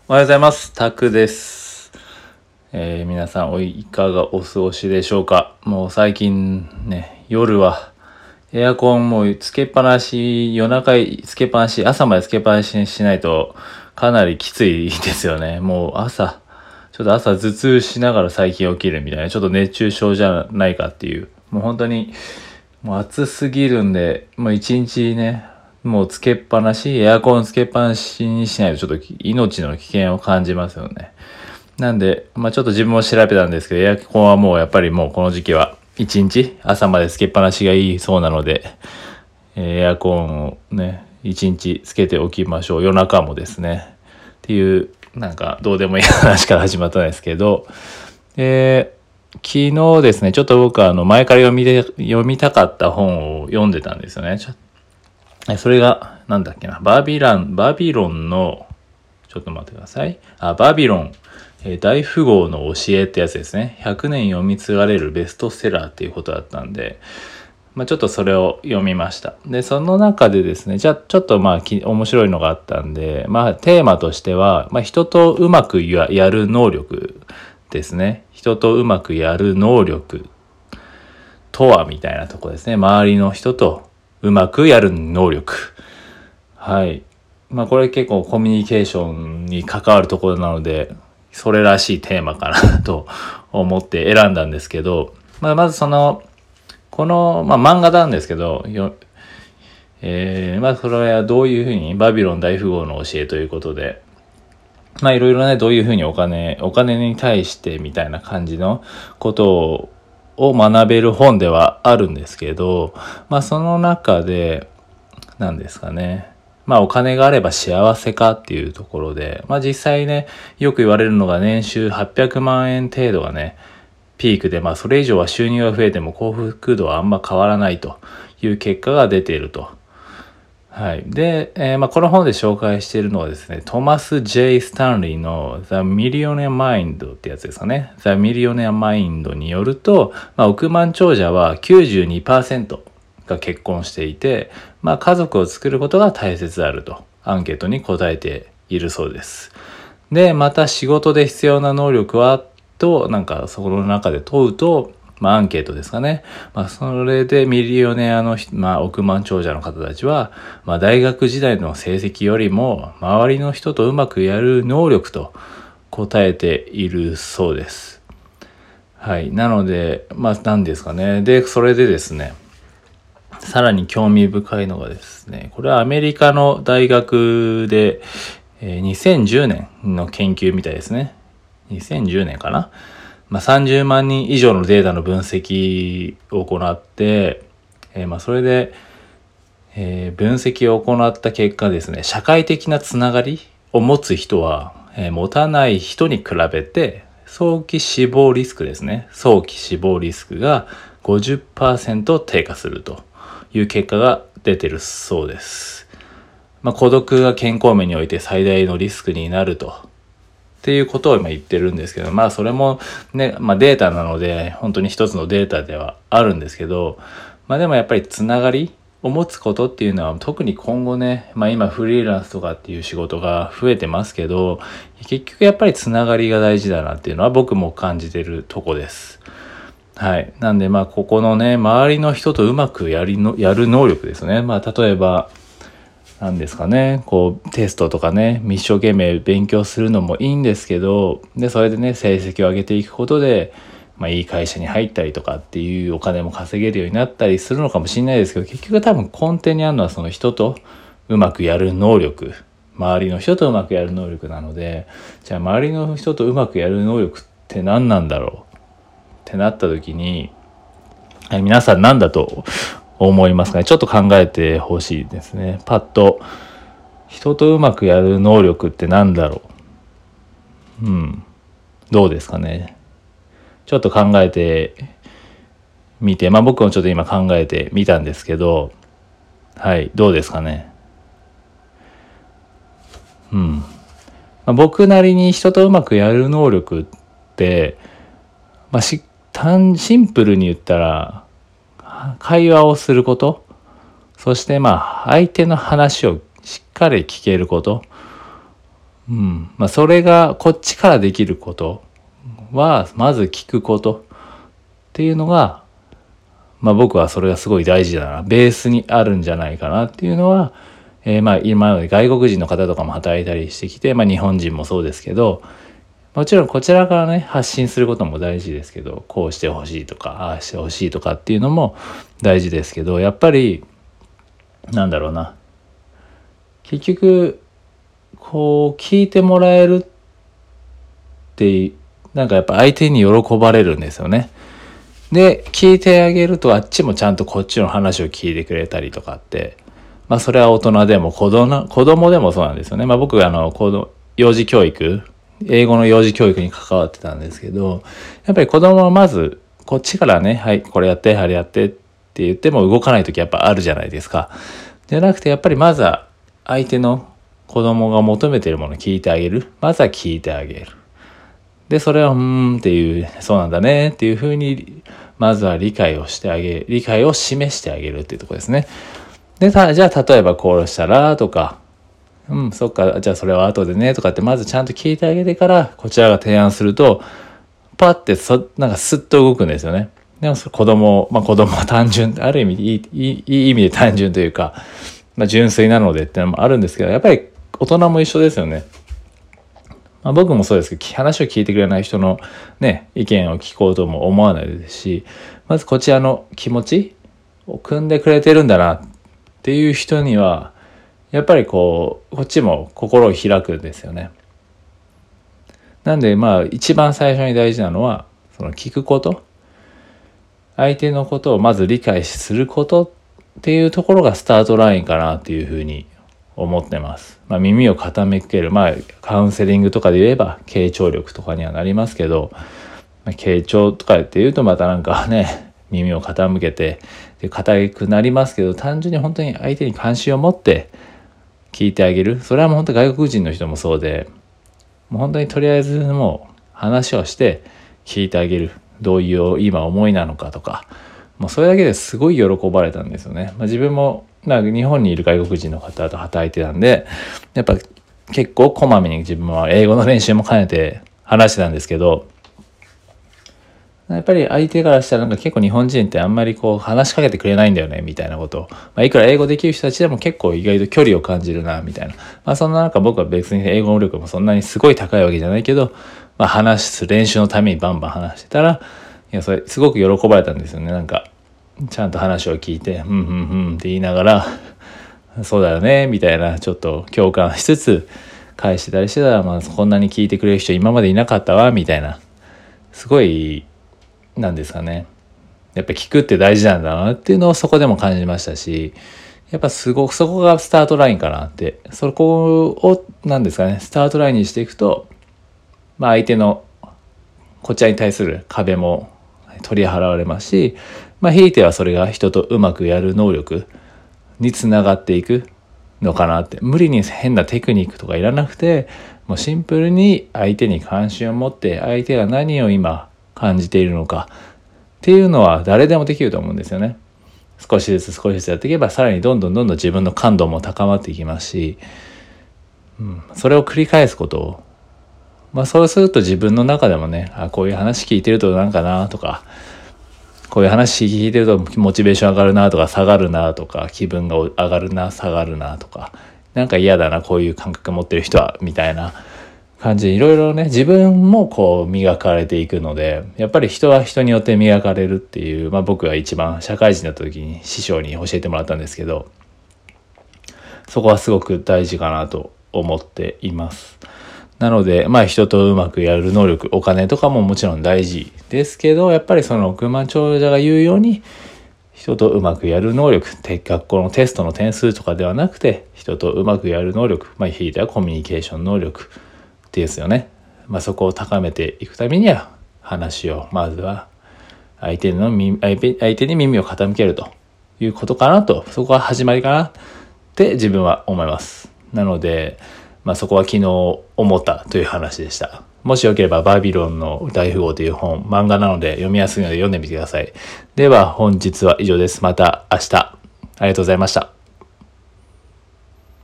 おはようございます。タクです。皆さんいかがお過ごしでしょうか。もう最近ね、夜はエアコンもうつけっぱなし、夜中つけっぱなし、朝までつけっぱなしにしないとかなりきついですよね。もうちょっと朝頭痛しながら最近起きるみたいな、ちょっと熱中症じゃないかっていう、もう本当にもう暑すぎるんで、もう一日ね、もうつけっぱなし、エアコンつけっぱなしにしないとちょっと命の危険を感じますよね。なんで、ちょっと自分も調べたんですけど、エアコンはもうやっぱりもうこの時期は一日朝までつけっぱなしがいいそうなので、エアコンをね、一日つけておきましょう。夜中もですね。っていう、なんかどうでもいい話から始まったんですけど、昨日ですね、ちょっと僕は前から読みたかった本を読んでたんですよね。それが、なんだっけな、バビロンの、ちょっと待ってください。バビロン、大富豪の教えってやつですね。100年読み継がれるベストセラーっていうことだったんで、ちょっとそれを読みました。で、その中でですね、ちょっと面白いのがあったんで、テーマとしては、人とうまくやる能力ですね。人とうまくやる能力とはみたいなとこですね。周りの人とうまくやる能力。はい。これ結構コミュニケーションに関わるところなので、それらしいテーマかなと思って選んだんですけど、まずこの、漫画なんですけど、それはどういうふうに、バビロン大富豪の教えということで、いろいろね、どういうふうにお金に対してみたいな感じのことを学べる本ではあるんですけど、その中で、なんですかね。お金があれば幸せかっていうところで、実際ね、よく言われるのが年収800万円程度がね、ピークで、それ以上は収入が増えても幸福度はあんま変わらないという結果が出ていると。はい。で、この本で紹介しているのはですね、トマス・ J. スタンリーの The Millionaire Mind ってやつですかね。The Millionaire Mind によると、億万長者は 92% が結婚していて、家族を作ることが大切であると、アンケートに答えているそうです。で、また仕事で必要な能力はと、そこの中で問うと、アンケートですかね。それでミリオネアの、億万長者の方たちは、大学時代の成績よりも、周りの人とうまくやる能力と答えているそうです。はい。なので、何ですかね。で、それでですね、さらに興味深いのがですね、これはアメリカの大学で、2010年の研究みたいですね。2010年かな。30万人以上のデータの分析を行って、それで、分析を行った結果ですね、社会的なつながりを持つ人は、持たない人に比べて、早期死亡リスクですね。早期死亡リスクが 50% 低下するという結果が出てるそうです。孤独が健康面において最大のリスクになると。っていうことを今言ってるんですけど、それもね、データなので、本当に一つのデータではあるんですけど、でもやっぱりつながりを持つことっていうのは特に今後ね、今フリーランスとかっていう仕事が増えてますけど、結局やっぱりつながりが大事だなっていうのは僕も感じてるとこです。はい。なんでここのね、周りの人とうまくやる能力ですね。例えば、なんですかね、テストとかね、一生懸命勉強するのもいいんですけど、で、それでね、成績を上げていくことで、いい会社に入ったりとかっていうお金も稼げるようになったりするのかもしれないですけど、結局多分根底にあるのはその人とうまくやる能力、周りの人とうまくやる能力なので、じゃあ周りの人とうまくやる能力って何なんだろうってなった時に、皆さん何だと思いますかね。ちょっと考えてほしいですね。パッと人とうまくやる能力って何だろう。どうですかね。ちょっと考えてみて、僕もちょっと今考えてみたんですけど、はい、どうですかね。僕なりに人とうまくやる能力って、シンプルに言ったら、会話をすること、そして相手の話をしっかり聞けること、 それがこっちからできることは、まず聞くことっていうのが、僕はそれがすごい大事だな、ベースにあるんじゃないかなっていうのは、今まで外国人の方とかも働いたりしてきて、日本人もそうですけど、もちろんこちらからね、発信することも大事ですけど、こうしてほしいとか、ああしてほしいとかっていうのも大事ですけど、やっぱり、結局、こう、聞いてもらえるって、やっぱ相手に喜ばれるんですよね。で、聞いてあげるとあっちもちゃんとこっちの話を聞いてくれたりとかって、それは大人でも子供でもそうなんですよね。僕幼児教育、英語の幼児教育に関わってたんですけど、やっぱり子供はまずこっちからね、はい、これやって、あれやってって言っても動かない時やっぱあるじゃないですか。じゃなくてやっぱりまずは相手の子供が求めているものを聞いてあげる。まずは聞いてあげる。で、それをっていう、そうなんだねっていうふうに、まずは理解を示してあげるっていうところですね。で、じゃあ例えばこうしたらとか、そっか、じゃあそれは後でねとかってまずちゃんと聞いてあげてからこちらが提案すると、パッてスッと動くんですよね。でも子供は単純、ある意味いい意味で単純というか、純粋なのでっていうのもあるんですけど、やっぱり大人も一緒ですよね。僕もそうですけど、話を聞いてくれない人のね、意見を聞こうとも思わないですし、まずこちらの気持ちを汲んでくれてるんだなっていう人には、やっぱりこっちも心を開くんですよね。なんで一番最初に大事なのは、その聞くこと。相手のことをまず理解することっていうところがスタートラインかなっていうふうに思ってます。耳を傾ける。カウンセリングとかで言えば、傾聴力とかにはなりますけど、傾聴とかって言うとまた耳を傾けて、硬くなりますけど、単純に本当に相手に関心を持って聞いてあげる。それはもう本当外国人の人もそうで、もう本当にとりあえずもう話をして聞いてあげる。どういう今思いなのかとか、もうそれだけですごい喜ばれたんですよね。自分も日本にいる外国人の方と働いてたんで、やっぱ結構こまめに自分は英語の練習も兼ねて話してたんですけど、やっぱり相手からしたら結構日本人ってあんまり話しかけてくれないんだよねみたいなことを、いくら英語できる人たちでも結構意外と距離を感じるなみたいな、そんな中僕は別に英語能力もそんなにすごい高いわけじゃないけど、話す練習のためにバンバン話してたら、それすごく喜ばれたんですよね。ちゃんと話を聞いてって言いながら、そうだよねみたいなちょっと共感しつつ返してたりしてたら、こんなに聞いてくれる人今までいなかったわみたいな、すごいやっぱ聞くって大事なんだなっていうのをそこでも感じましたし、やっぱそこがスタートラインかなって、そこをスタートラインにしていくと、相手のこちらに対する壁も取り払われますし、ひいてはそれが人とうまくやる能力につながっていくのかなって。無理に変なテクニックとかいらなくて、もうシンプルに相手に関心を持って、相手が何を今感じているのかっていうのは誰でもできると思うんですよね。少しずつやっていけば、さらにどんどん自分の感度も高まっていきますし、それを繰り返すことを、そうすると自分の中でもね、こういう話聞いてるとなとか、こういう話聞いてるとモチベーション上がるなとか下がるなとか、気分が上がるな下がるなとか、嫌だなこういう感覚持ってる人はみたいな感じで、いろいろね、自分も磨かれていくので、やっぱり人は人によって磨かれるっていう、僕が一番社会人だった時に師匠に教えてもらったんですけど、そこはすごく大事かなと思っています。なので、人とうまくやる能力、お金とかももちろん大事ですけど、やっぱりその億万長者が言うように、人とうまくやる能力、学校のテストの点数とかではなくて、人とうまくやる能力、ひいてはコミュニケーション能力ですよね。そこを高めていくためには、話をまずは相手に耳を傾けるということかなと、そこは始まりかなって自分は思います。なので、そこは昨日思ったという話でした。もしよければバビロンの大富豪という本、漫画なので読みやすいので読んでみてください。では本日は以上です。また明日。ありがとうございました。